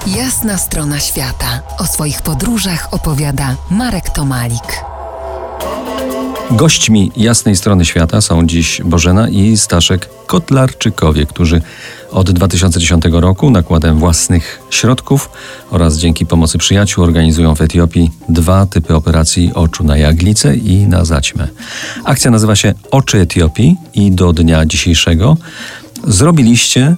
Jasna strona świata. O swoich podróżach opowiada Marek Tomalik. Gośćmi Jasnej Strony Świata są dziś Bożena i Staszek Kotlarczykowie, którzy od 2010 roku nakładem własnych środków oraz dzięki pomocy przyjaciół organizują w Etiopii 2 typy operacji oczu na jaglicę i na zaćmę. Akcja nazywa się Oczy Etiopii i do dnia dzisiejszego zrobiliście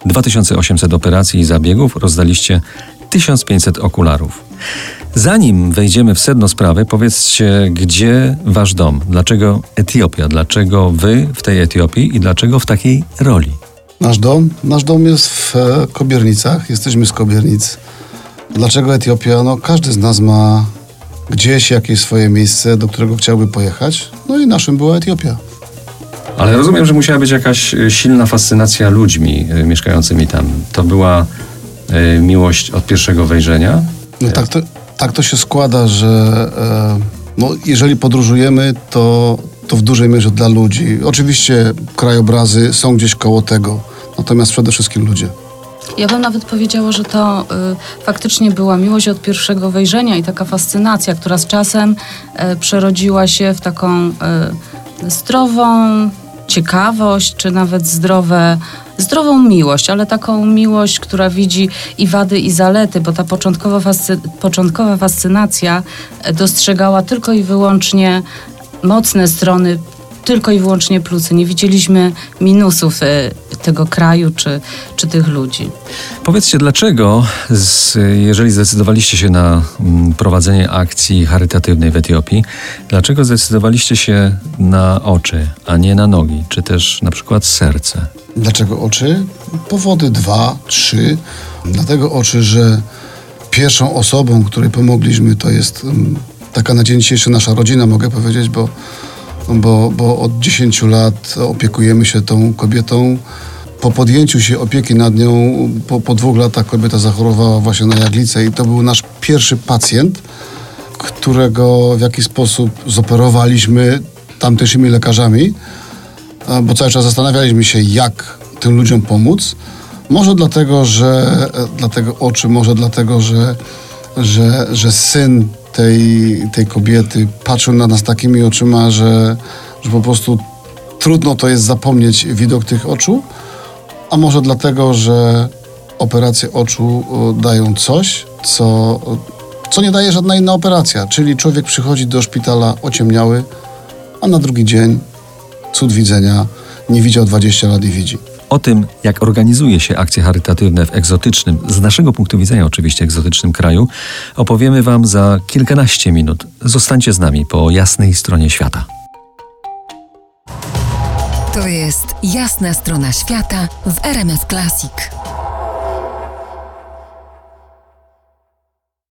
2800 operacji i zabiegów, rozdaliście 1500 okularów. Zanim wejdziemy w sedno sprawy, powiedzcie, gdzie wasz dom? Dlaczego Etiopia? Dlaczego wy w tej Etiopii i dlaczego w takiej roli? Nasz dom jest w Kobiernicach. Jesteśmy z Kobiernic. Dlaczego Etiopia? Każdy z nas ma gdzieś jakieś swoje miejsce, do którego chciałby pojechać. I naszym była Etiopia. Ale rozumiem, że musiała być jakaś silna fascynacja ludźmi mieszkającymi tam. To była miłość od pierwszego wejrzenia? Tak to się składa, że jeżeli podróżujemy, to w dużej mierze dla ludzi. Oczywiście krajobrazy są gdzieś koło tego, natomiast przede wszystkim ludzie. Ja bym nawet powiedziała, że to faktycznie była miłość od pierwszego wejrzenia i taka fascynacja, która z czasem przerodziła się w taką zdrową ciekawość, czy nawet zdrową miłość, ale taką miłość, która widzi i wady, i zalety, bo ta początkowa fascynacja dostrzegała tylko i wyłącznie mocne strony, tylko i wyłącznie plusy. Nie widzieliśmy minusów tego kraju czy tych ludzi. Powiedzcie, dlaczego, jeżeli zdecydowaliście się na prowadzenie akcji charytatywnej w Etiopii, dlaczego zdecydowaliście się na oczy, a nie na nogi, czy też na przykład serce? Dlaczego oczy? Powody 2, 3. Dlatego oczy, że pierwszą osobą, której pomogliśmy, to jest taka na dzień dzisiejszy nasza rodzina, mogę powiedzieć, bo od 10 lat opiekujemy się tą kobietą. Po podjęciu się opieki nad nią, po 2 latach kobieta zachorowała właśnie na jaglicę i to był nasz pierwszy pacjent, którego w jakiś sposób zoperowaliśmy tamtejszymi lekarzami, bo cały czas zastanawialiśmy się, jak tym ludziom pomóc. Może dlatego, oczy, może dlatego, że syn tej kobiety patrzył na nas takimi oczyma, że po prostu trudno to jest zapomnieć widok tych oczu, a może dlatego, że operacje oczu dają coś, co nie daje żadna inna operacja, czyli człowiek przychodzi do szpitala ociemniały, a na drugi dzień cud widzenia, nie widział 20 lat i widzi. O tym, jak organizuje się akcje charytatywne w egzotycznym, z naszego punktu widzenia oczywiście egzotycznym kraju, opowiemy wam za kilkanaście minut. Zostańcie z nami po Jasnej Stronie Świata. To jest Jasna Strona Świata w RMF Classic.